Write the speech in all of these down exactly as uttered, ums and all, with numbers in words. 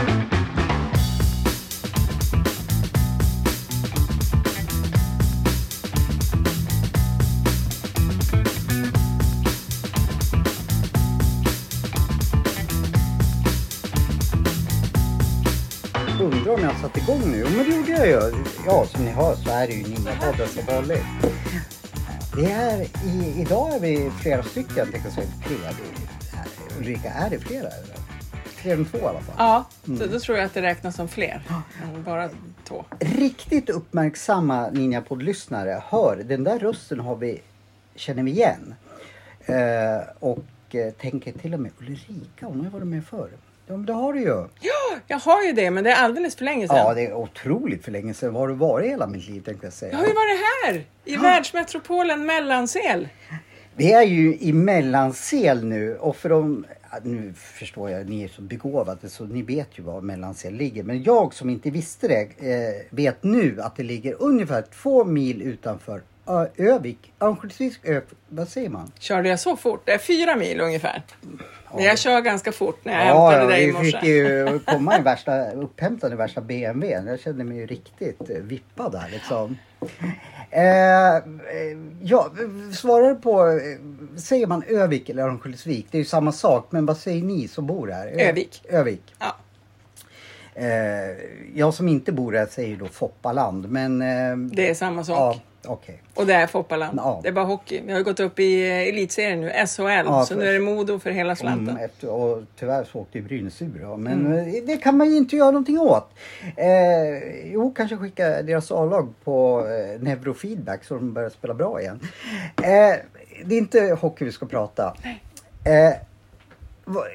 Undrar om jag satt igång nu. Men det gjorde jag ju. Ja, som ni hör så är det ju Ninja Podden som vanligt. Det är, i, idag är vi flera stycken. Jag tänkte säga flera. Ulrika, är det flera? Eller? Fler än två i alla fall. Ja, mm. då, då tror jag att det räknas som fler. Än bara två. Riktigt uppmärksamma Ninja Podd-lyssnare hör. Den där rösten har vi, känner vi igen. Eh, och eh, tänker till och med Ulrika, hon har varit med förr. Ja, men det har du ju. Ja, jag har ju det, men det är alldeles för länge sedan. Ja, det är otroligt för länge sedan. Var har du varit hela mitt liv, tänkte jag säga. Jag har ju varit här, i ja. världsmetropolen Mellansel. Vi är ju i Mellansel nu, och för de... Nu förstår jag, ni är så begåvade så ni vet ju var Mellansel ligger. Men jag som inte visste det eh, vet nu att det ligger ungefär två mil utanför Ö- Övik. Örnsköldsvik, Ö- vad säger man? Körde jag så fort? Det är fyra mil ungefär. Ja, jag kör ganska fort när jag ja, hämtade dig i morse. Ja, vi fick ju komma i värsta, upphämtade i värsta B M W. Jag kände mig ju riktigt vippad där liksom. Eh, ja, svarar på, säger man Övik eller Örnsköldsvik? Det är ju samma sak, men vad säger ni som bor här? Ö- Övik. Övik. Ja. Eh, jag som inte bor här säger då Foppaland, men... Eh, det är samma sak. Ja, okay. Och det är Foppaland. Ja. Det är bara hockey. Vi har ju gått upp i elitserien nu, S H L. Ja, så nu är det Modo för hela slanten. Mm, ett, och tyvärr så åkte ju Brynäs ur. Men mm. det kan man ju inte göra någonting åt. Eh, jo, kanske skicka deras A-lag på eh, neurofeedback så de börjar spela bra igen. Eh, det är inte hockey vi ska prata. Eh, vad,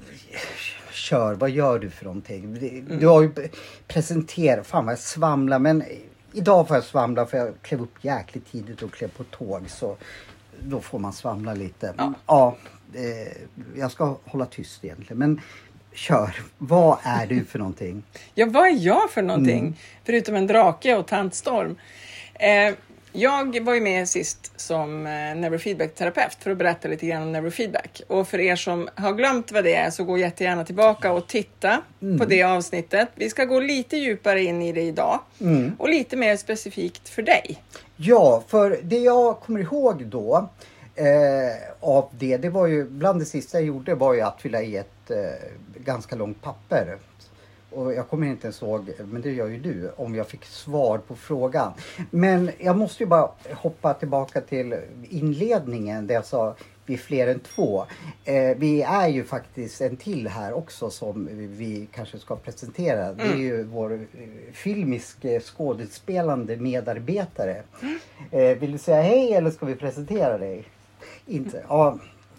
kör, vad gör du för någonting? Mm. Du har ju presenterat, fan vad jag svamlar, men... Idag får jag svamla för jag klev upp jäkligt tidigt och klev på tåg, så då får man svamla lite. Ja, ja eh, jag ska hålla tyst egentligen, men kör. Vad är du för någonting? Ja, vad är jag för någonting? Mm. Förutom en drake och tantstorm. Eh, jag var ju med sist som eh, neurofeedback-terapeut för att berätta lite grann om neurofeedback. Och för er som har glömt vad det är så gå jättegärna tillbaka och titta mm. på det avsnittet. Vi ska gå lite djupare in i det idag mm. och lite mer specifikt för dig. Ja, för det jag kommer ihåg då eh, av det, det var ju bland det sista jag gjorde var ju att fylla i ett eh, ganska långt papper. Och jag kommer inte ens ihåg, men det gör ju du, om jag fick svar på frågan. Men jag måste ju bara hoppa tillbaka till inledningen där jag sa vi är fler än två. Eh, vi är ju faktiskt en till här också som vi kanske ska presentera. Mm. Det är ju vår filmisk skådespelande medarbetare. Mm. Eh, vill du säga hej eller ska vi presentera dig? Inte, ja.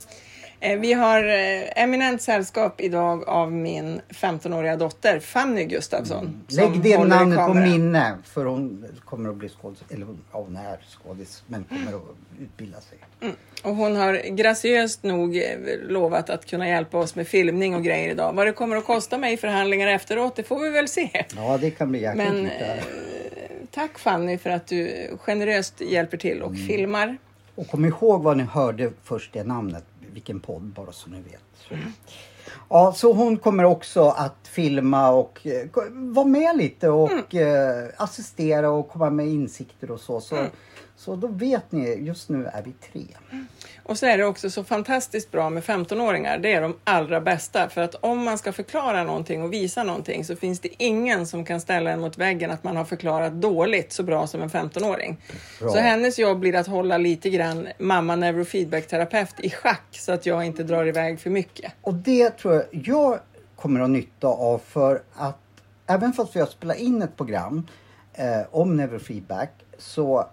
Vi har eminent sällskap idag av min femtonåriga dotter Fanny Gustafsson. Mm. Lägg det namnet på minne, för hon kommer att bli skådis, eller ja, hon är skådis, men kommer att utbilda sig. Mm. Och hon har graciöst nog lovat att kunna hjälpa oss med filmning och grejer idag. Vad det kommer att kosta mig i förhandlingar efteråt, det får vi väl se. Ja, det kan bli jäkligt men, lite. Eh, tack Fanny för att du generöst hjälper till och mm. filmar. Och kom ihåg vad ni hörde först, det namnet. Vilken podd, bara så ni vet. Så. Mm. Ja, så hon kommer också att filma och eh, vara med lite och mm. eh, assistera och komma med insikter och så. Så, mm. så då vet ni, just nu är vi tre. Mm. Och så är det också så fantastiskt bra med femtonåringar. Det är de allra bästa. För att om man ska förklara någonting och visa någonting så finns det ingen som kan ställa en mot väggen att man har förklarat dåligt så bra som en femtonåring. Bra. Så hennes jobb blir att hålla lite grann mamma neurofeedback-terapeut i schack så att jag inte drar iväg för mycket. Och det tror jag jag kommer att ha nytta av, för att även fast jag spelar in ett program eh, om neurofeedback, så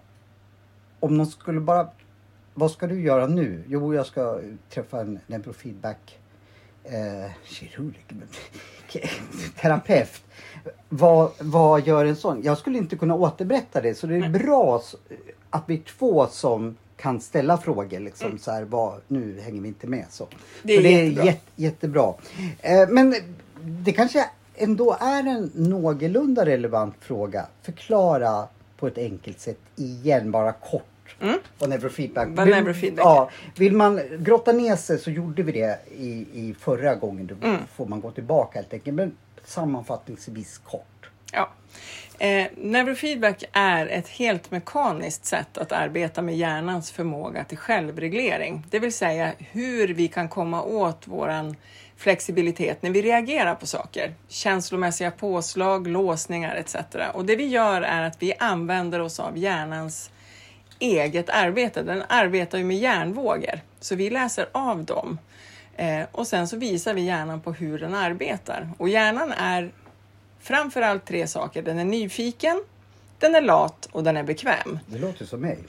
om någon skulle bara... Vad ska du göra nu? Jo, jag ska träffa en neurofeedback eh, kirurg, terapeut. Vad, vad gör en sån? Jag skulle inte kunna återberätta det, så det är bra att vi är två som kan ställa frågor liksom mm. så här, vad, nu hänger vi inte med så. Det är, det är jättebra. Jätte, jättebra. Eh, men det kanske ändå är en någorlunda relevant fråga. Förklara på ett enkelt sätt igen, bara kort. Mm. Vad neurofeedback. Vad neurofeedback. Ja, vill man grotta ner sig så gjorde vi det i, i förra gången. Då mm. får man gå tillbaka helt enkelt. Men sammanfattningsvis kort. Ja. Eh, neurofeedback är ett helt mekaniskt sätt att arbeta med hjärnans förmåga till självreglering. Det vill säga hur vi kan komma åt våran flexibilitet när vi reagerar på saker. Känslomässiga påslag, låsningar et cetera. Och det vi gör är att vi använder oss av hjärnans eget arbete. Den arbetar ju med hjärnvågor. Så vi läser av dem. Eh, och sen så visar vi hjärnan på hur den arbetar. Och hjärnan är framförallt tre saker. Den är nyfiken, den är lat och den är bekväm. Det låter som mig.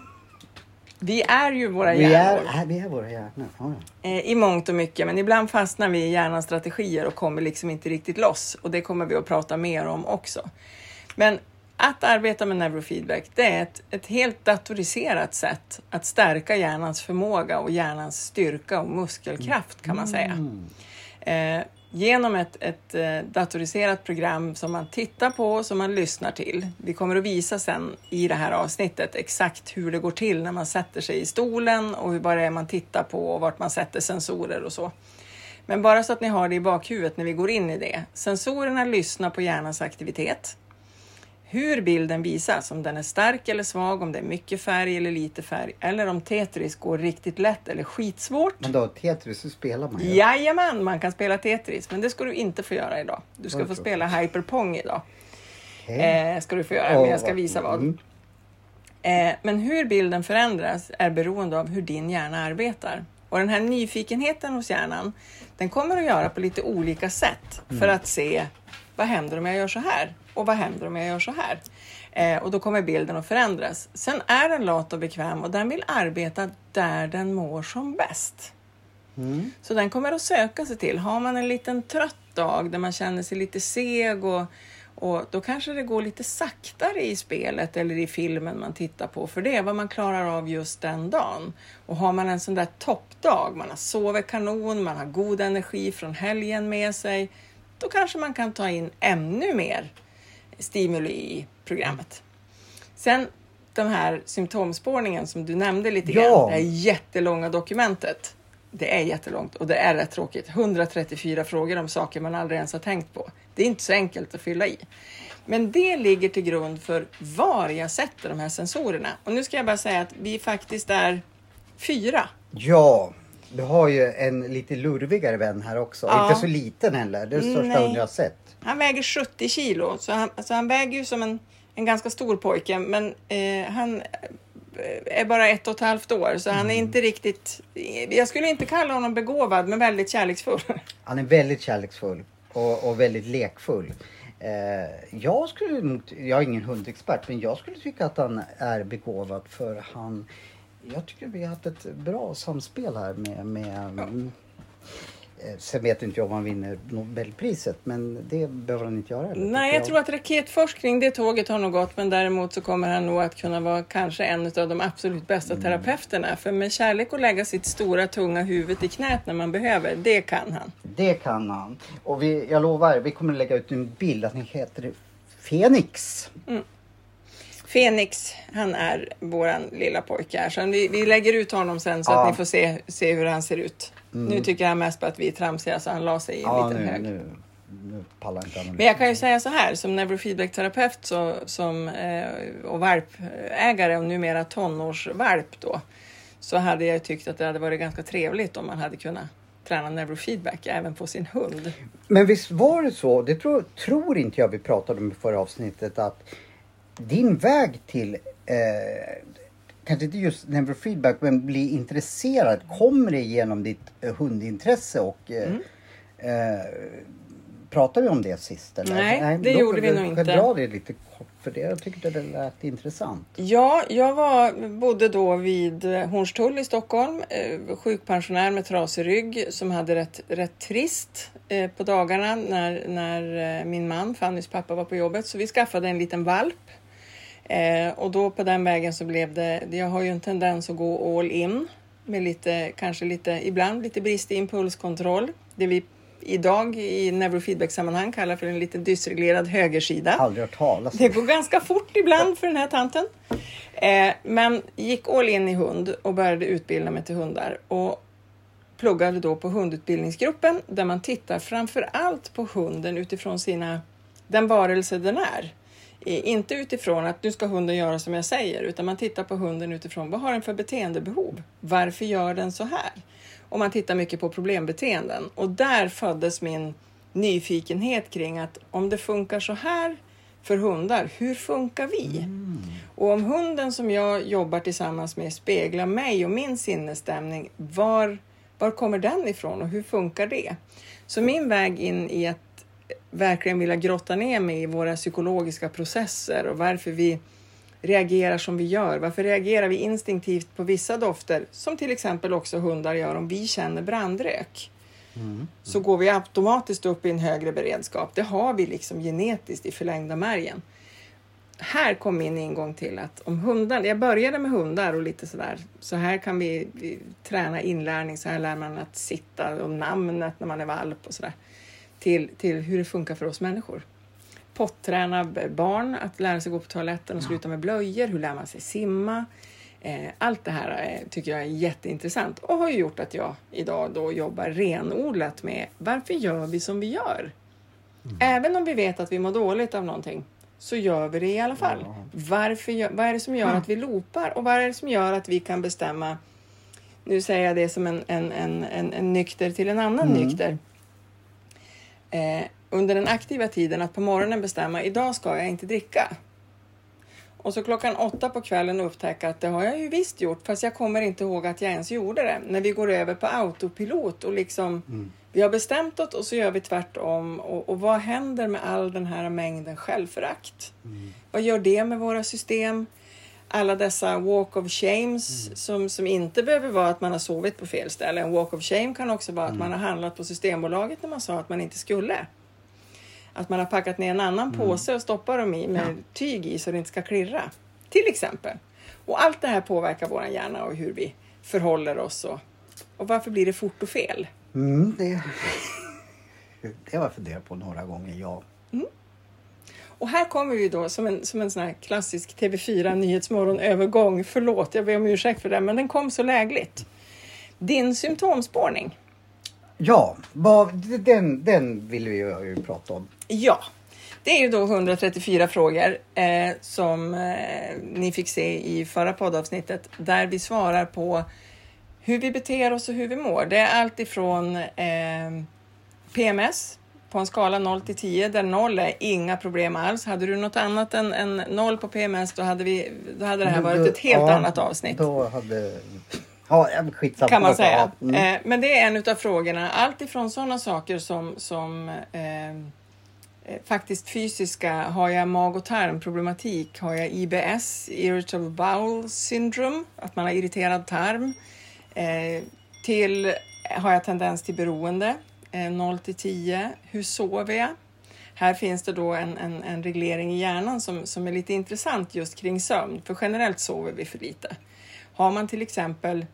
Vi är ju våra vi hjärnor. Är, vi är våra hjärnor. Ja. Eh, I mångt och mycket. Men ibland fastnar vi i hjärnans strategier och kommer liksom inte riktigt loss. Och det kommer vi att prata mer om också. Men att arbeta med neurofeedback, det är ett, ett helt datoriserat sätt att stärka hjärnans förmåga och hjärnans styrka och muskelkraft kan man säga. Mm. Eh, genom ett, ett eh, datoriserat program som man tittar på, som man lyssnar till. Vi kommer att visa sen i det här avsnittet exakt hur det går till när man sätter sig i stolen och hur bara det är man tittar på och vart man sätter sensorer och så. Men bara så att ni har det i bakhuvudet när vi går in i det. Sensorerna lyssnar på hjärnans aktivitet. Hur bilden visas, om den är stark eller svag, om det är mycket färg eller lite färg. Eller om Tetris går riktigt lätt eller skitsvårt. Men då, Tetris så spelar man ju. Jajamän, man kan spela Tetris. Men det ska du inte få göra idag. Du ska få spela Hyperpong idag. Okay. Eh, ska du få göra, men jag ska visa vad. Mm. Eh, men hur bilden förändras är beroende av hur din hjärna arbetar. Och den här nyfikenheten hos hjärnan, den kommer att göra på lite olika sätt. Mm. För att se, vad händer om jag gör så här? Och vad händer om jag gör så här? Eh, och då kommer bilden att förändras. Sen är den lat och bekväm och den vill arbeta där den mår som bäst. Mm. Så den kommer att söka sig till. Har man en liten trött dag där man känner sig lite seg och, och då kanske det går lite saktare i spelet eller i filmen man tittar på. För det är vad man klarar av just den dagen. Och har man en sån där toppdag, man har sovit kanon, man har god energi från helgen med sig. Då kanske man kan ta in ännu mer stimuli i programmet. Sen den här symptomspårningen som du nämnde lite ja. grann. Det här jättelånga dokumentet. Det är jättelångt och det är rätt tråkigt. hundratrettiofyra frågor om saker man aldrig ens har tänkt på. Det är inte så enkelt att fylla i. Men det ligger till grund för var jag sätter de här sensorerna. Och nu ska jag bara säga att vi faktiskt är fyra. Ja, du har ju en lite lurvigare vän här också. Ja. Inte så liten heller. Det är det största hund jag har sett. Han väger sjuttio kilo. Så han, alltså han väger ju som en, en ganska stor pojke. Men eh, han är bara ett och ett halvt år. Så mm. han är inte riktigt... Jag skulle inte kalla honom begåvad, men väldigt kärleksfull. Han är väldigt kärleksfull. Och, och väldigt lekfull. Eh, jag skulle nog... Jag är ingen hundexpert. Men jag skulle tycka att han är begåvad. För han... Jag tycker vi har haft ett bra samspel här med... med ja. Sen vet inte jag om han vinner Nobelpriset, men det behöver han inte göra. Eller? Nej, jag, jag tror att raketforskning, det tåget har nog gått, men däremot så kommer han nog att kunna vara kanske en av de absolut bästa mm. terapeuterna. För med kärlek att lägga sitt stora tunga huvud i knät när man behöver, det kan han. Det kan han. Och vi, jag lovar, vi kommer att lägga ut en bild att ni heter Fenix. Mm. Fenix, han är våran lilla pojke här. Så vi, vi lägger ut honom sen så ja. att ni får se, se hur han ser ut. Mm. Nu tycker han mest på att vi är tramsiga så han la sig i en ja, liten nu, hög. Nu, nu pallar inte Men jag kan ju säga så här, som neurofeedback-terapeut så, som, eh, och valpägare och numera tonårsvalp då. Så hade jag tyckt att det hade varit ganska trevligt om man hade kunnat träna neurofeedback även på sin hund. Men visst var det så, det tror, tror inte jag vi pratade om i förra avsnittet, att din väg till... Eh, kanske inte just neurofeedback, men bli intresserad. Kommer det genom ditt eh, hundintresse? Och eh, mm. eh, pratade vi om det sist? Eller? Nej, Nej det gjorde vi nog inte. Jag dra det lite kort för det. Jag tyckte det lät intressant. Ja, jag var, bodde då vid Hornstull i Stockholm. Eh, sjukpensionär med trasig rygg som hade rätt, rätt trist eh, på dagarna när, när eh, min man, Fannys pappa, var på jobbet. Så vi skaffade en liten valp. Eh, och då på den vägen så blev det, jag har ju en tendens att gå all in med lite, kanske lite, ibland lite brist i impulskontroll. Det vi idag i neurofeedback-sammanhang kallar för en lite dysreglerad högersida. Aldrig hört talas om. Det går ganska fort ibland för den här tanten. Eh, men gick all in i hund och började utbilda mig till hundar. Och pluggade då på hundutbildningsgruppen där man tittar framför allt på hunden utifrån sina, den varelse den är. Inte utifrån att nu ska hunden göra som jag säger, utan man tittar på hunden utifrån vad har den för beteendebehov? Varför gör den så här? Och man tittar mycket på problembeteenden. Och där föddes min nyfikenhet kring att om det funkar så här för hundar, hur funkar vi? Mm. Och om hunden som jag jobbar tillsammans med speglar mig och min sinnesstämning, var, var kommer den ifrån och hur funkar det? Så min väg in i att verkligen vilja grotta ner mig i våra psykologiska processer och varför vi reagerar som vi gör. Varför reagerar vi instinktivt på vissa dofter, som till exempel också hundar gör om vi känner brandrök. Mm. Mm. Så går vi automatiskt upp i en högre beredskap. Det har vi liksom genetiskt i förlängda märgen. Här kom min ingång till att om hundar, jag började med hundar och lite sådär, så här kan vi, vi träna inlärning, så här lär man att sitta och namnet när man är valp och sådär. Till, till hur det funkar för oss människor. Potträna barn att lära sig gå på toaletten och sluta med blöjor. Hur lär man sig simma? Eh, allt det här eh, tycker jag är jätteintressant. Och har ju gjort att jag idag då jobbar renodlat med varför gör vi som vi gör? Mm. Även om vi vet att vi mår dåligt av någonting, så gör vi det i alla fall. Ja. Varför gör, vad är det som gör att vi loopar? Och vad är det som gör att vi kan bestämma, nu säger jag det som en, en, en, en, en nykter till en annan mm. nykter. Eh, under den aktiva tiden att på morgonen bestämma, idag ska jag inte dricka. Och så klockan åtta på kvällen upptäcka att det har jag ju visst gjort, fast jag kommer inte ihåg att jag ens gjorde det. När vi går över på autopilot och liksom mm. vi har bestämt oss och så gör vi tvärtom. Och, och vad händer med all den här mängden självförakt? Mm. Vad gör det med våra system? Alla dessa walk of shames mm. som, som inte behöver vara att man har sovit på fel ställe. En walk of shame kan också vara mm. att man har handlat på Systembolaget när man sa att man inte skulle. Att man har packat ner en annan mm. påse och stoppar dem i med ja. tyg i så det inte ska klirra. Till exempel. Och allt det här påverkar vår hjärna och hur vi förhåller oss. Och, och varför blir det fort och fel? Mm, det, det har jag funderat på några gånger, ja. Mm. Och här kommer vi då som en, som en sån här klassisk T V fyra nyhetsmorgon-övergång. Förlåt, jag ber om ursäkt för det, men den kom så lägligt. Din symptomspårning. Ja, den, den vill vi ju prata om. Ja, det är ju då hundratrettiofyra frågor eh, som eh, ni fick se i förra poddavsnittet. Där vi svarar på hur vi beter oss och hur vi mår. Det är allt ifrån eh, P M S på en skala noll till tio. Där noll är inga problem alls. Hade du något annat än, än noll på P M S, då hade, vi, då hade det här varit ett helt ja, annat avsnitt. Då hade... Ja, skitsamma. Kan man säga. Mm. Eh, men det är en av frågorna. Allt ifrån sådana saker som, som eh, faktiskt fysiska. Har jag mag- och tarmproblematik? Har jag I B S, Irritable Bowel Syndrome? Att man har irriterad tarm. Eh, till har jag tendens till beroende? Eh, noll till tio. Hur sover jag? Här finns det då en, en, en reglering i hjärnan som, som är lite intressant just kring sömn. För generellt sover vi för lite. Har man till exempel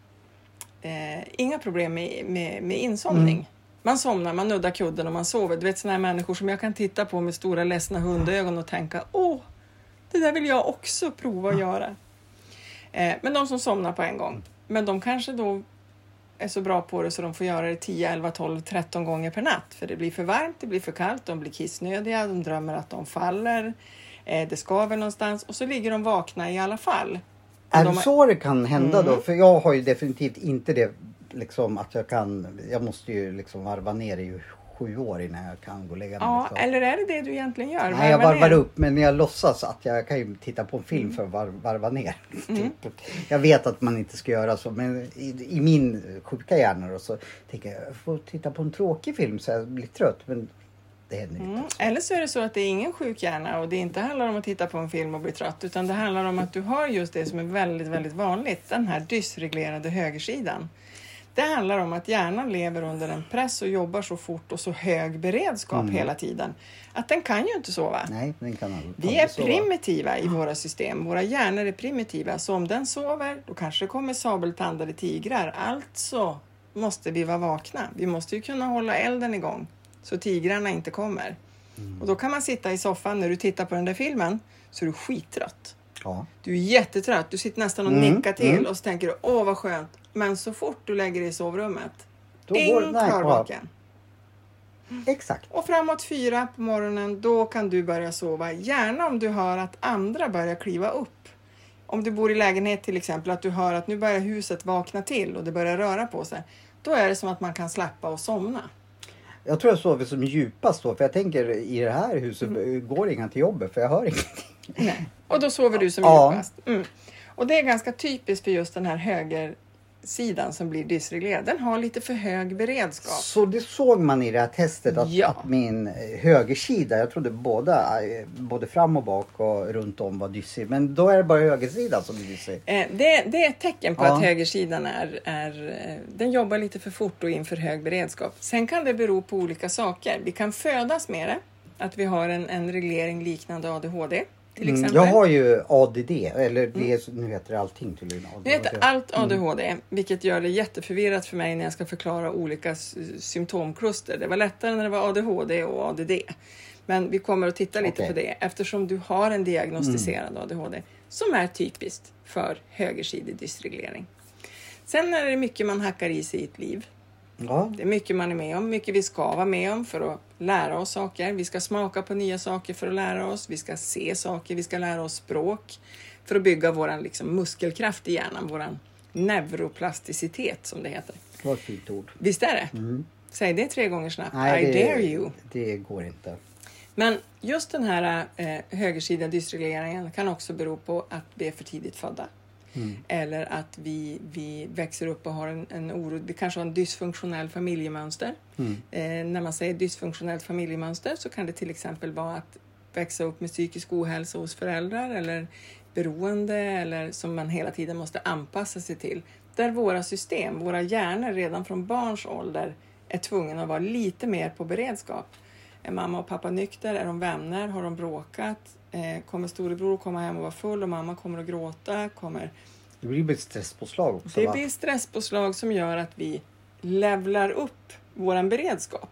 eh, inga problem med, med, med insomning. Mm. Man somnar, man nuddar kudden och man sover. Du vet sådana här människor som jag kan titta på med stora ledsna hundögon och tänka, åh, det där vill jag också prova att göra. Eh, men de som somnar på en gång. Men de kanske då är så bra på det så de får göra det tio, elva, tolv, tretton gånger per natt. För det blir för varmt, det blir för kallt, de blir kissnödiga, de drömmer att de faller. Eh, det skaver någonstans och så ligger de vakna i alla fall. Är det så det kan hända mm. då? För jag har ju definitivt inte det liksom att jag kan, jag måste ju liksom varva ner i sju år innan jag kan gå och lägga mig. Ja, liksom. Eller är det det du egentligen gör? Nej, jag varvar ner. upp, men jag låtsas att jag kan ju titta på en film för att var, varva ner. Mm. Jag vet att man inte ska göra så, men i, i min sjuka hjärna så tänker jag, jag får titta på en tråkig film så jag blir trött, men det händer inte. Mm. Eller så är det så att det är ingen sjuk hjärna och det inte handlar om att titta på en film och bli trött, utan det handlar om att du har just det som är väldigt, väldigt vanligt, den här dysreglerade högersidan. Det handlar om att hjärnan lever under en press och jobbar så fort och så hög beredskap mm. hela tiden. Att den kan ju inte sova. Nej, den kan aldrig, Vi är sova. primitiva i våra system. Våra hjärnor är primitiva. Så om den sover, då kanske det kommer sabeltandade tigrar. Alltså måste vi vara vakna. Vi måste ju kunna hålla elden igång så tigrarna inte kommer. Mm. Och då kan man sitta i soffan när du tittar på den där filmen så är du skittrött. Ja. Du är jättetrött, du sitter nästan och Mm, nickar till mm. och så tänker du, åh vad skönt. Men så fort du lägger dig i sovrummet, Då ding, går det- nej, klarvaken. Exakt. Och framåt fyra på morgonen, då kan du börja sova. Gärna om du hör att andra börjar kliva upp. Om du bor i lägenhet till exempel, att du hör att nu börjar huset vakna till och det börjar röra på sig. Då är det som att man kan släppa och somna. Jag tror jag sover som djupast då. För jag tänker i det här huset mm. går inga till jobbet. För jag hör ingenting. Nej. Och då sover du som ja. djupast. Mm. Och det är ganska typiskt för just den här högersidan som blir dysreglerad. Den har lite för hög beredskap. Så det såg man i det här testet att, Ja. att min högersida, jag trodde båda, både fram och bak och runt om var dyssig. Men då är det bara högersidan som är dyssig. Eh, det, det är ett tecken på Ja. att högersidan är, är, eh, den jobbar lite för fort och inför hög beredskap. Sen kan det bero på olika saker. Vi kan födas med det. Att vi har en, en reglering liknande A D H D. Till Mm, exempel. jag har ju A D D, eller det är, nu heter det allting tydligen. Nu heter allt A D H D, mm. vilket gör det jätteförvirrat för mig när jag ska förklara olika s- symptomkluster. Det var lättare när det var A D H D och A D D. Men vi kommer att titta lite Okay. på det eftersom du har en diagnostiserad mm. A D H D som är typiskt för högersidig dysreglering. Sen är det mycket man hackar i sig i ett liv. Ja. Det är mycket man är med om, mycket vi ska vara med om för att lära oss saker. Vi ska smaka på nya saker för att lära oss. Vi ska se saker, vi ska lära oss språk. För att bygga vår liksom, muskelkraft i hjärnan, vår neuroplasticitet som det heter. Det var ett fint ord. Visst är det? Mm. Säg det tre gånger snabbt. Nej, I det, dare you. Det går inte. Men just den här eh, högersidiga dysregleringen kan också bero på att vi är för tidigt födda. Mm. Eller att vi, vi växer upp och har en, en oro. Vi kanske har en dysfunktionell familjemönster. Mm. Eh, när man säger dysfunktionellt familjemönster så kan det till exempel vara att växa upp med psykisk ohälsa hos föräldrar. Eller beroende eller som man hela tiden måste anpassa sig till. Där våra system, våra hjärnor redan från barns ålder är tvungna att vara lite mer på beredskap. Är mamma och pappa nykter? Är de vänner? Har de bråkat? Eh, kommer storebror komma hem och vara full och mamma kommer att gråta? Kommer... Det blir ett stresspåslag också. Det va? blir stresspåslag som gör att vi levlar upp våran beredskap.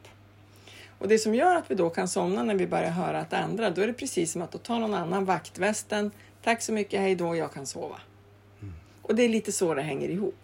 Och det som gör att vi då kan somna när vi börjar höra att andra, då är det precis som att då tar någon annan vaktvästen. Tack så mycket, hej då, jag kan sova. Mm. Och det är lite så det hänger ihop.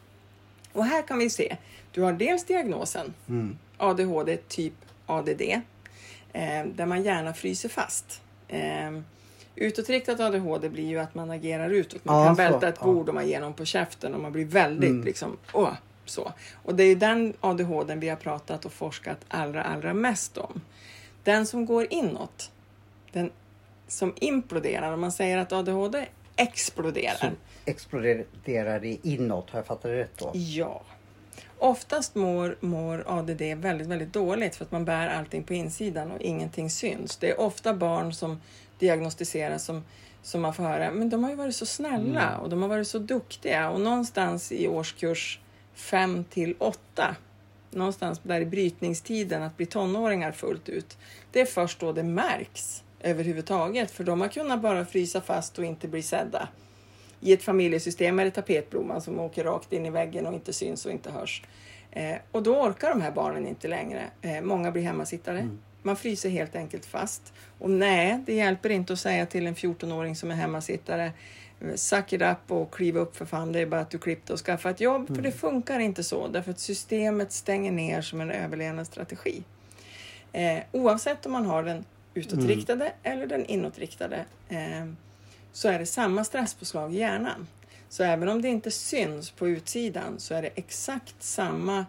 Och här kan vi se, du har dels diagnosen mm. A D H D typ A D D. Eh, där man gärna fryser fast. Eh, utåtriktat A D H D blir ju att man agerar utåt. Man ja, kan så, välta ett bord ja. och man ger någon på käften och man blir väldigt mm. liksom, åh, så. Och det är ju den A D H D vi har pratat och forskat allra, allra mest om. Den som går inåt, den som imploderar, om man säger att A D H D exploderar. Så exploderar det inåt, har jag fattat det rätt då? Ja. Oftast mår, mår A D D väldigt, väldigt dåligt för att man bär allting på insidan och ingenting syns. Det är ofta barn som diagnostiseras som, som man får höra, men de har ju varit så snälla mm. och de har varit så duktiga. Och någonstans i årskurs fem till åtta, någonstans där i brytningstiden att bli tonåringar fullt ut, det är först då det märks överhuvudtaget. För de har kunnat bara frysa fast och inte bli sedda. I ett familjesystem är det tapetblomman som åker rakt in i väggen och inte syns och inte hörs. Eh, och då orkar de här barnen inte längre. Eh, många blir hemmasittare. Mm. Man fryser helt enkelt fast. Och nej, det hjälper inte att säga till en fjortonåring som är hemmasittare, suck it up och kliva upp för fan. Det är bara att du klippte och skaffa ett jobb. Mm. För det funkar inte så. Därför att systemet stänger ner som en överlevnadsstrategi. Eh, oavsett om man har den utåtriktade mm. eller den inåtriktade. Eh, så är det samma stresspåslag i hjärnan. Så även om det inte syns på utsidan så är det exakt samma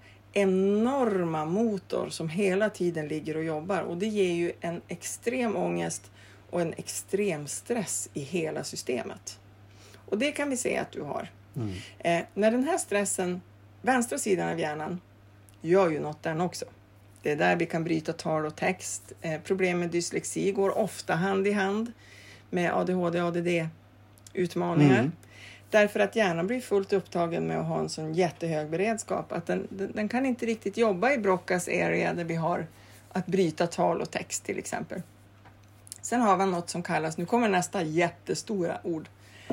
enorma motor som hela tiden ligger och jobbar. Och det ger ju en extrem ångest och en extrem stress i hela systemet. Och det kan vi se att du har. Mm. Eh, när den här stressen, vänstra sidan av hjärnan, gör ju något den också. Det är där vi kan bryta tal och text. Eh, problem med dyslexi går ofta hand i hand med A D H D och A D D-utmaningar. Mm. Därför att hjärnan blir fullt upptagen med att ha en sån jättehög beredskap. Att den, den, den kan inte riktigt jobba i Broca's area där vi har att bryta tal och text till exempel. Sen har vi något som kallas, nu kommer nästa jättestora ord.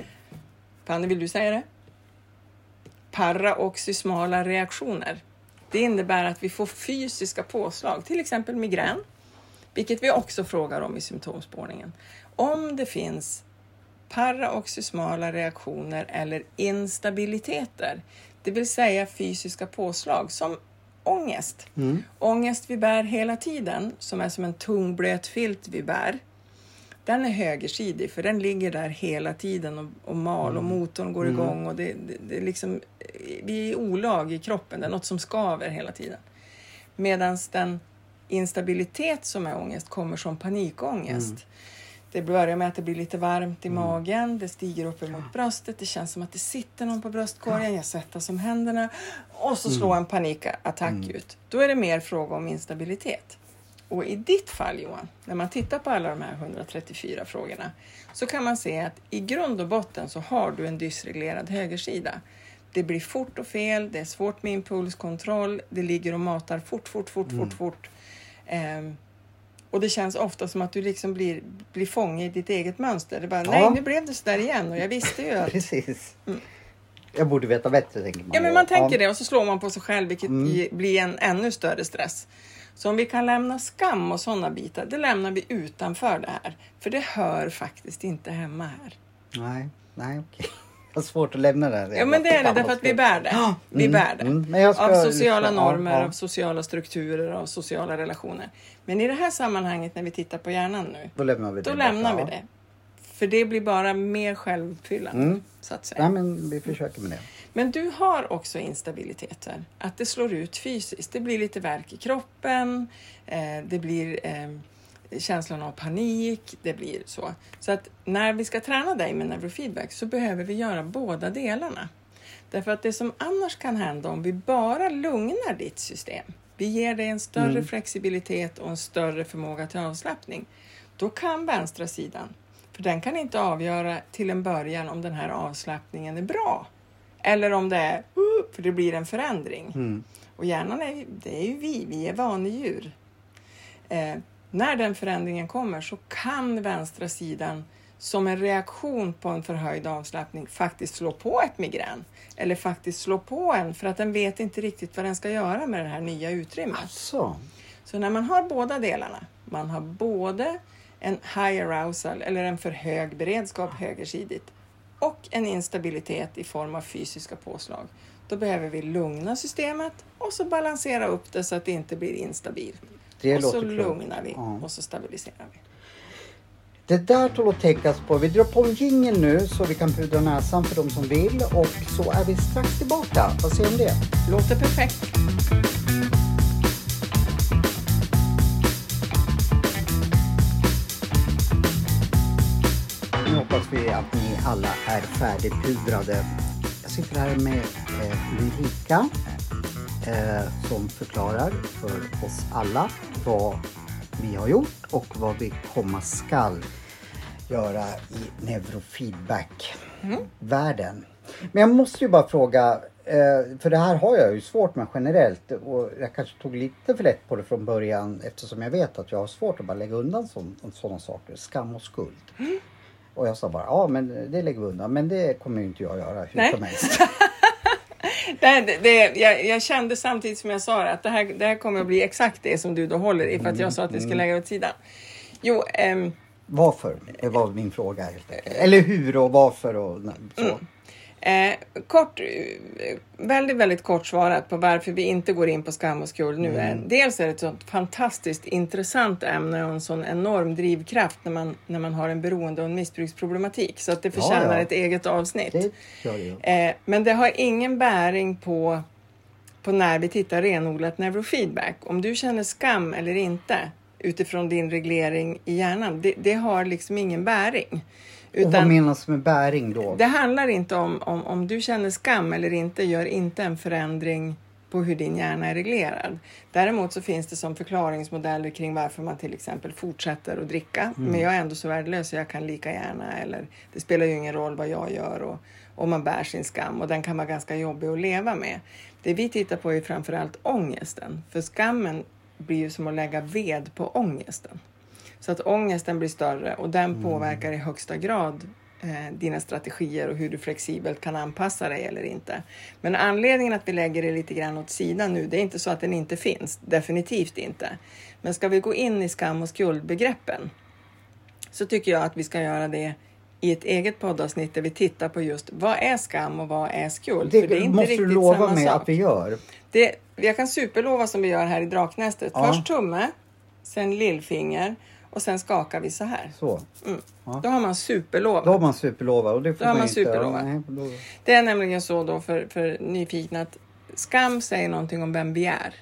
Fanny, vill du säga det? Paroxysmala reaktioner. Det innebär att vi får fysiska påslag, till exempel migrän. Vilket vi också frågar om i symptomspårningen. Om det finns paroxysmala reaktioner eller instabiliteter. Det vill säga fysiska påslag som ångest. Mm. Ångest vi bär hela tiden, som är som en tung blöt filt vi bär. Den är högersidig, för den ligger där hela tiden och, och mal och motorn går mm. igång. Och det, det, det är liksom, vi är olag i kroppen, det är något som skaver hela tiden. Medan den instabilitet som är ångest kommer som panikångest. Mm. Det börjar med att det blir lite varmt i mm. magen. Det stiger upp emot bröstet. Det känns som att det sitter någon på bröstkorgen. Jag sätter som händerna. Och så slår en panikattack mm. ut. Då är det mer fråga om instabilitet. Och i ditt fall, Johan, när man tittar på alla de här hundratrettiofyra frågorna, så kan man se att i grund och botten så har du en dysreglerad högersida. Det blir fort och fel. Det är svårt med impulskontroll. Det ligger och matar fort, fort, fort, mm. fort, fort. Um, Och det känns ofta som att du liksom blir, blir fånge i ditt eget mönster. Det bara, ja. nej, nu blev det så där igen. Och jag visste ju att... Precis. Mm. Jag borde veta bättre, tänker man. Ja, men man tänker ja. det. Och så slår man på sig själv, vilket mm. blir en ännu större stress. Så om vi kan lämna skam och sådana bitar, det lämnar vi utanför det här. För det hör faktiskt inte hemma här. Nej, nej, okej. Det är svårt att lämna det. Ja, men det är det, därför att vi bär det. Mm. Vi bär det. Mm. Men jag ska, av sociala normer, ja, ja. av sociala strukturer, av sociala relationer. Men i det här sammanhanget, när vi tittar på hjärnan nu, då lämnar vi det. Då lämnar vi det. För det blir bara mer självuppfyllande, mm. så att säga. Ja, men vi försöker med det. Men du har också instabiliteter. Att det slår ut fysiskt. Det blir lite värk i kroppen. Eh, det blir... Eh, känslan av panik, det blir så. Så att när vi ska träna dig med neurofeedback så behöver vi göra båda delarna. Därför att det som annars kan hända om vi bara lugnar ditt system, vi ger dig en större mm. flexibilitet och en större förmåga till avslappning, då kan vänstra sidan, för den kan inte avgöra till en början om den här avslappningen är bra. Eller om det är, för det blir en förändring. Mm. Och hjärnan är, det är ju vi, vi är vanedjur. Eh, När den förändringen kommer så kan vänstra sidan som en reaktion på en förhöjd avslappning faktiskt slå på ett migrän. Eller faktiskt slå på en för att den vet inte riktigt vad den ska göra med det här nya utrymmet. Alltså. Så när man har båda delarna, man har både en high arousal eller en för hög beredskap högersidigt och en instabilitet i form av fysiska påslag. Då behöver vi lugna systemet och så balansera upp det så att det inte blir instabilt. Det och så lugnar vi ja. och så stabiliserar vi. Det där tål att tänkas på. Vi drar på en jingle nu så vi kan pudra näsan för de som vill. Och så är vi strax tillbaka. Vad säger om det? Låter perfekt. Nu hoppas vi att ni alla är färdigpudrade. Jag sitter här med eh, Ulrika. Eh, som förklarar för oss alla vad vi har gjort och vad vi komma skall göra i neurofeedback-världen. Mm. Men jag måste ju bara fråga, eh, för det här har jag ju svårt med generellt och jag kanske tog lite för lätt på det från början eftersom jag vet att jag har svårt att bara lägga undan sådana saker, skam och skuld. Mm. Och jag sa bara, ja men det lägger vi undan, men det kommer ju inte jag göra hur Nej. som helst. Det, det, jag, jag kände samtidigt som jag sa det, att det här, det här kommer att bli exakt det som du då håller i, för att jag sa att vi ska lägga åt sidan. Jo, ehm, varför? Det var min fråga helt enkelt. Eller hur och varför och så. Mm. Eh, kort, väldigt, väldigt kort svarat på varför vi inte går in på skam och skuld nu. Mm. Dels är det ett sånt fantastiskt intressant ämne och en sån enorm drivkraft när man, när man har en beroende och en missbruksproblematik. Så att det förtjänar ja, ja. ett eget avsnitt. Det gör det. Eh, men det har ingen bäring på, på när vi tittar renodlat neurofeedback. Om du känner skam eller inte utifrån din reglering i hjärnan, det, det har liksom ingen bäring. Utan, och vad menas med bäring då? Det handlar inte om, om om du känner skam eller inte, gör inte en förändring på hur din hjärna är reglerad. Däremot så finns det som förklaringsmodeller kring varför man till exempel fortsätter att dricka. Mm. Men jag är ändå så värdelös så jag kan lika gärna. Eller det spelar ju ingen roll vad jag gör och, och man bär sin skam. Och den kan vara ganska jobbig att leva med. Det vi tittar på är framförallt ångesten. För skammen blir ju som att lägga ved på ångesten. Så att ångesten blir större och den mm. påverkar i högsta grad eh, dina strategier och hur du flexibelt kan anpassa dig eller inte. Men anledningen att vi lägger det lite grann åt sidan nu, det är inte så att den inte finns. Definitivt inte. Men ska vi gå in i skam- och skuldbegreppen så tycker jag att vi ska göra det i ett eget poddavsnitt där vi tittar på just vad är skam och vad är skuld. Det, För det är inte måste riktigt du lova samma mig sak. att vi gör. Det, jag kan superlova som vi gör här i Draknästet. Ja. Först tumme, sen lillfinger och sen skakar vi så här. Så. Mm. Ja. Då har man superlov. Då har man superlova. Och det får Då har man man inte. superlova. Nej, då... Det är nämligen så då för, för nyfikna att skam säger någonting om vem vi är.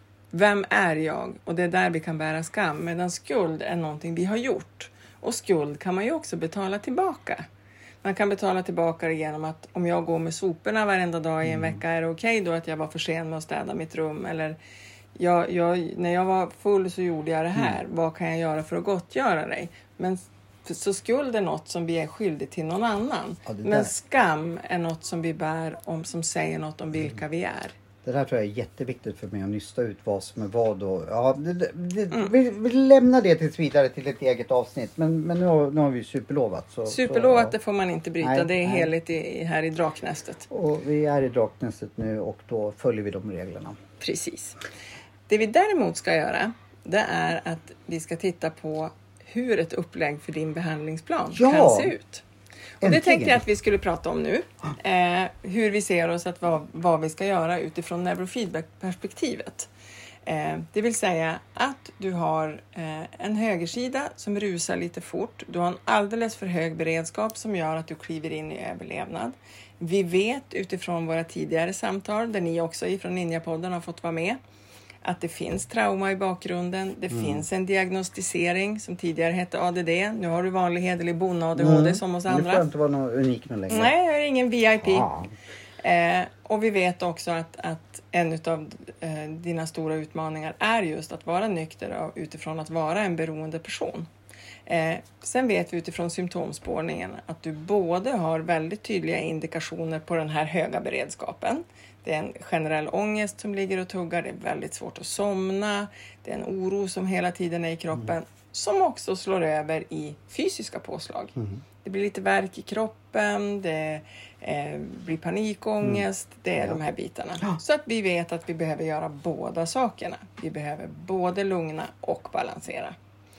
Vem är jag? Och det är där vi kan bära skam. Medan skuld är någonting vi har gjort. Och skuld kan man ju också betala tillbaka. Man kan betala tillbaka det genom att om jag går med soporna varenda dag i en Mm. vecka, är det okej då att jag var för sen med att städa mitt rum? Eller jag, jag, när jag var full så gjorde jag det här. Mm. Vad kan jag göra för att gottgöra dig? Men så skuld är något som vi är skyldiga till någon annan. Ja, det där. Men skam är något som vi bär om, som säger något om vilka vi är. Det där tror jag är jätteviktigt för mig att nysta ut vad som är vad. Och, ja, det, det, Mm. vi, vi lämnar det tills vidare till ett eget avsnitt. Men, men nu, har, nu har vi superlovat. Så, Superlovat, så, det får man inte bryta. Nej, det är nej. heligt i, här i Draknästet. och vi är i Draknästet nu och då följer vi de reglerna. Precis. Det vi däremot ska göra, det är att vi ska titta på hur ett upplägg för din behandlingsplan Ja! kan se ut. Och det Äntligen. tänkte jag att vi skulle prata om nu. Eh, hur vi ser oss att vad, vad vi ska göra utifrån neurofeedback-perspektivet. Eh, det vill säga att du har eh, en högersida som rusar lite fort. Du har en alldeles för hög beredskap som gör att du kliver in i överlevnad. Vi vet utifrån våra tidigare samtal, där ni också ifrån Ninjapodden har fått vara med, att det finns trauma i bakgrunden. Det Mm. finns en diagnostisering som tidigare hette A D D. Nu har du vanlig hederlig bonde-A D H D som oss Men det får andra. inte vara något unikt med längre. Nej, jag är ingen V I P. Ja. Eh, och vi vet också att, att en av eh, dina stora utmaningar är just att vara nykter av, utifrån att vara en beroende person. Eh, sen vet vi utifrån symptomspårningen att du både har väldigt tydliga indikationer på den här höga beredskapen. Det är en generell ångest som ligger och tuggar. Det är väldigt svårt att somna. Det är en oro som hela tiden är i kroppen. Mm. Som också slår över i fysiska påslag. Mm. Det blir lite värk i kroppen. Det eh, blir panikångest. Mm. Det är ja. de här bitarna. Ja. Så att vi vet att vi behöver göra båda sakerna. Vi behöver både lugna och balansera.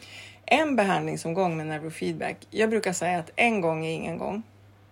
En behandlingsomgång med neurofeedback. Jag brukar säga att en gång är ingen gång.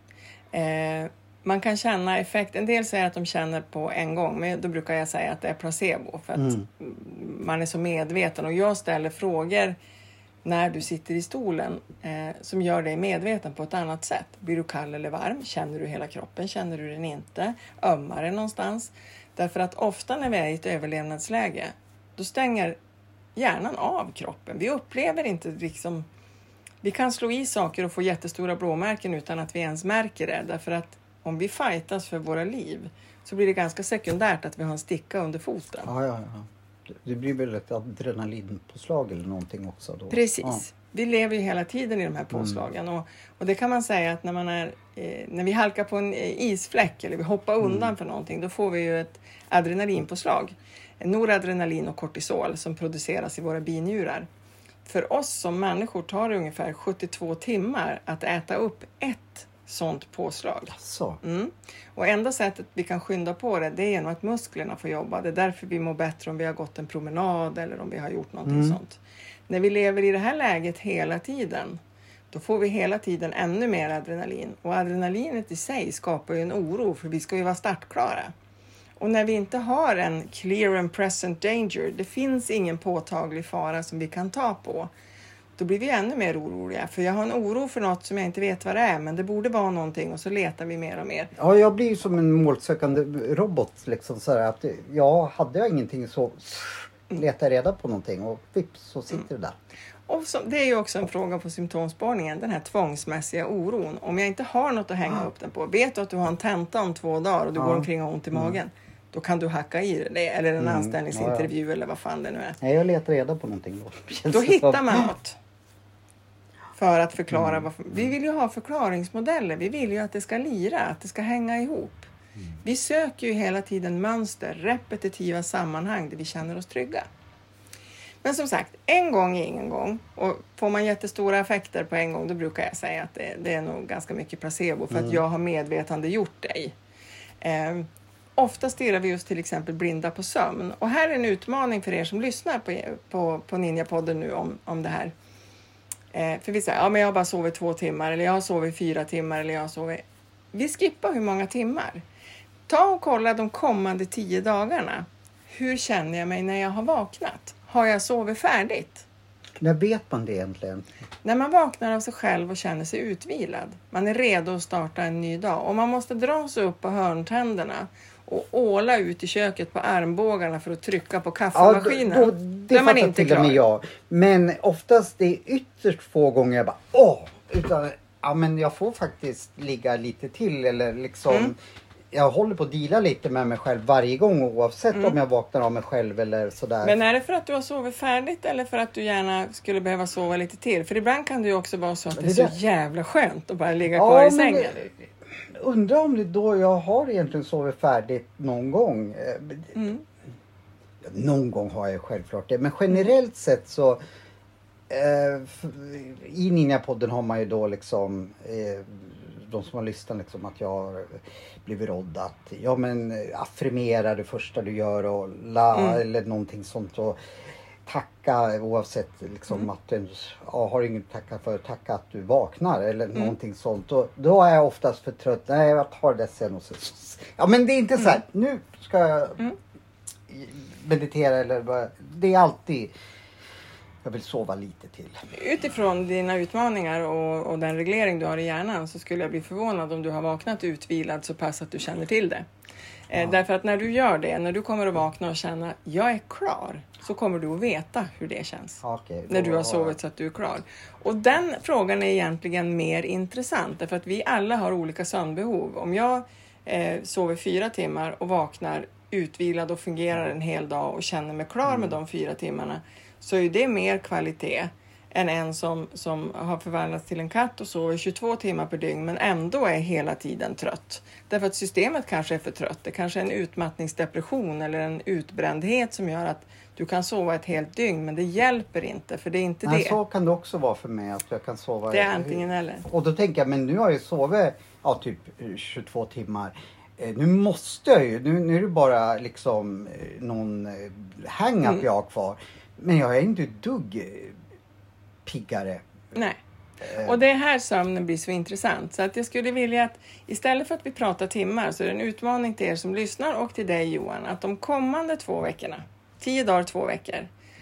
Eh, Man kan känna effekt. En del säger att de känner på en gång. Men då brukar jag säga att det är placebo. För att mm. man är så medveten. Och jag ställer frågor när du sitter i stolen. Eh, som gör dig medveten på ett annat sätt. Blir du kall eller varm? Känner du hela kroppen? Känner du den inte? Ömmar det någonstans? Därför att ofta när vi är i ett överlevnadsläge. Då stänger hjärnan av kroppen. Vi upplever inte liksom. Vi kan slå i saker och få jättestora blåmärken utan att vi ens märker det. Därför att om vi fightas för våra liv så blir det ganska sekundärt att vi har en sticka under foten. Ja, ja, ja. Det blir väl ett adrenalinpåslag eller någonting också då. Precis. Ja. Vi lever ju hela tiden i de här påslagen. Mm. Och, och det kan man säga att när, man är, eh, när vi halkar på en isfläck eller vi hoppar undan mm. för någonting, då får vi ju ett adrenalinpåslag. Noradrenalin och kortisol som produceras i våra binjurar. För oss som människor tar det ungefär sjuttiotvå timmar att äta upp ett sånt påslag. Så. Mm. Och enda sättet vi kan skynda på det, det är genom att musklerna får jobba. Det är därför vi mår bättre om vi har gått en promenad eller om vi har gjort någonting mm. sånt. När vi lever i det här läget hela tiden, då får vi hela tiden ännu mer adrenalin. Och adrenalinet i sig skapar ju en oro, för vi ska ju vara startklara. Och när vi inte har en clear and present danger, det finns ingen påtaglig fara som vi kan ta på, då blir vi ännu mer oroliga. För jag har en oro för något som jag inte vet vad det är, men det borde vara någonting, och så letar vi mer och mer. Ja, jag blir som en målsökande robot liksom så här, att ja, hade jag ingenting så letar jag reda på någonting och vips så sitter mm. det där. Och så, det är ju också en fråga på symptomspårningen, den här tvångsmässiga oron. Om jag inte har något att hänga upp den på, vet du att du har en tenta om två dagar och du ja. går omkring och har ont i magen, mm. då kan du hacka i det, eller en mm. anställningsintervju ja, ja. eller vad fan det nu är. Nej, jag letar reda på någonting då. Då hittar man något. För att förklara mm. varför. Vi vill ju ha förklaringsmodeller. Vi vill ju att det ska lira, att det ska hänga ihop. Mm. Vi söker ju hela tiden mönster, repetitiva sammanhang där vi känner oss trygga. Men som sagt, en gång är ingen gång. Och får man jättestora effekter på en gång, då brukar jag säga att det, det är nog ganska mycket placebo. För mm. att jag har medvetande gjort dig. Eh, ofta stirrar vi just till exempel blinda på sömn. Och här är en utmaning för er som lyssnar på, på, på Ninjapodden nu om, om det här. Eh, för vi säger, ja men jag har bara sovit två timmar eller jag har sovit fyra timmar eller jag har sovit... Vi skippar hur många timmar. Ta och kolla de kommande tio dagarna. Hur känner jag mig när jag har vaknat? Har jag sovit färdigt? När vet man det egentligen? När man vaknar av sig själv och känner sig utvilad. Man är redo att starta en ny dag. Och man måste dra sig upp på hörntänderna och åla ut i köket på armbågarna för att trycka på kaffemaskinen. Ja, då, det är man inte till och med jag. Men oftast det är ytterst få gånger jag bara åh! Utan ja, men jag får faktiskt ligga lite till eller liksom... Mm. Jag håller på att dela lite med mig själv varje gång oavsett mm. om jag vaknar av mig själv eller sådär. Men är det för att du har sovit färdigt eller för att du gärna skulle behöva sova lite till? För ibland kan det ju också vara så att det är, det är så jävla skönt att bara ligga kvar ja, i sängen. Det, undrar om det då jag har egentligen sovit färdigt någon gång. Mm. Någon gång har jag självklart det. Men generellt sett så eh, i Ninja-podden har man ju då liksom... Eh, de som har lyssnat liksom att jag har blivit rådd att ja men affirmera det första du gör och la mm. eller någonting sånt och tacka oavsett liksom mm. att du ja, har inget tacka för tacka att du vaknar eller mm. någonting sånt och då är jag oftast för trött. Nej jag tar det sen och så. Ja men det är inte så här mm. nu ska jag mm. meditera eller bara, det är alltid jag vill sova lite till. Utifrån dina utmaningar och, och den reglering du har i hjärnan så skulle jag bli förvånad om du har vaknat utvilad så pass att du känner till det. Ja. Eh, därför att när du gör det, när du kommer att vakna och känna jag är klar, så kommer du att veta hur det känns. Okay, när du har sovit så att du är klar. Och den frågan är egentligen mer intressant därför att vi alla har olika sömnbehov. Om jag eh, sover fyra timmar och vaknar utvilad och fungerar en hel dag och känner mig klar mm. med de fyra timmarna så är det mer kvalitet än en som, som har förvandlats till en katt och sover tjugotvå timmar per dygn men ändå är hela tiden trött. Därför att systemet kanske är för trött. Det kanske är en utmattningsdepression eller en utbrändhet som gör att du kan sova ett helt dygn men det hjälper inte för det är inte Nej, det. Så kan det också vara för mig att jag kan sova. Det är antingen eller. Och då tänker jag men nu har jag sovit ja, typ tjugotvå timmar. Nu måste jag ju, nu, nu är det bara liksom någon hang-up mm. jag har kvar. Men jag är inte ett dugg piggare. Nej. Och det är här sömnen blir så intressant. Så att jag skulle vilja att istället för att vi pratar timmar så är det en utmaning till er som lyssnar och till dig Johan. Att de kommande två veckorna, tio dagar, två veckor.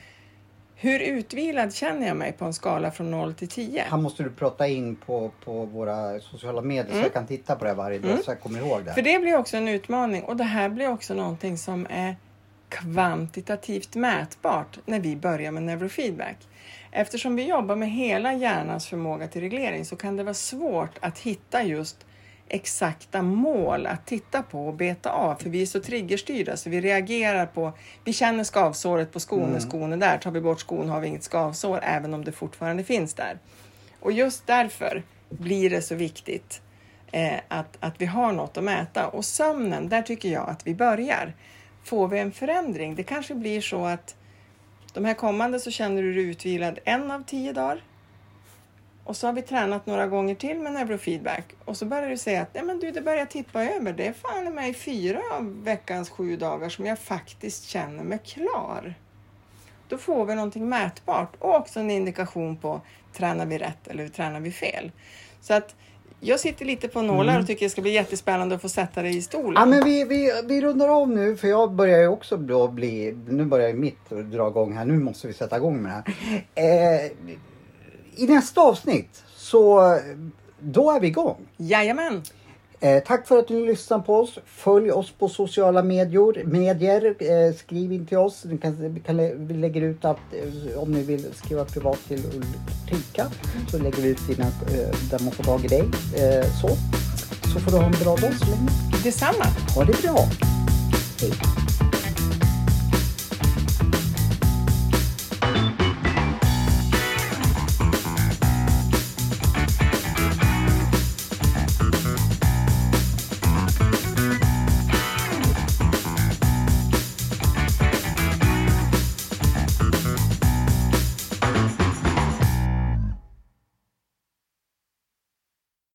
Hur utvilad känner jag mig på en skala från noll till tio? Här måste du prata in på, på våra sociala medier mm. så jag kan titta på det varje dag mm. så jag kommer ihåg det. För det blir också en utmaning och det här blir också någonting som är kvantitativt mätbart när vi börjar med neurofeedback. Eftersom vi jobbar med hela hjärnans förmåga till reglering så kan det vara svårt att hitta just exakta mål att titta på och beta av. För vi är så triggerstyrda så vi reagerar på, vi känner skavsåret på skon, mm. skon är där. Tar vi bort skon har vi inget skavsår även om det fortfarande finns där. Och just därför blir det så viktigt eh, att, att vi har något att mäta. Och sömnen, där tycker jag att vi börjar. Får vi en förändring? Det kanske blir så att de här kommande så känner du dig utvilad en av tio dagar. Och så har vi tränat några gånger till med neurofeedback. Och så börjar du säga att nej men du, det börjar tippa över. Det är fan mig fyra av veckans sju dagar som jag faktiskt känner mig klar. Då får vi någonting mätbart. Och också en indikation på tränar vi rätt eller tränar vi fel. Så att jag sitter lite på nålar mm. och tycker det ska bli jättespännande att få sätta dig i stolen. Ja, men vi, vi, vi rundar av nu för jag börjar ju också då bli, nu börjar ju mitt dra igång här. Nu måste vi sätta igång med det här. Eh, I nästa avsnitt så då är vi igång. Jajamän. Eh, tack för att du lyssnar på oss. Följ oss på sociala medier. medier. Eh, skriv in till oss. Vi, kan, vi, kan, vi lägger ut att eh, om ni vill skriva privat till Ulrika så lägger vi ut dina, eh, där man får tag i dig. Eh, så. så får du ha en bra dag så länge. Detsamma. Ha det bra. Hej.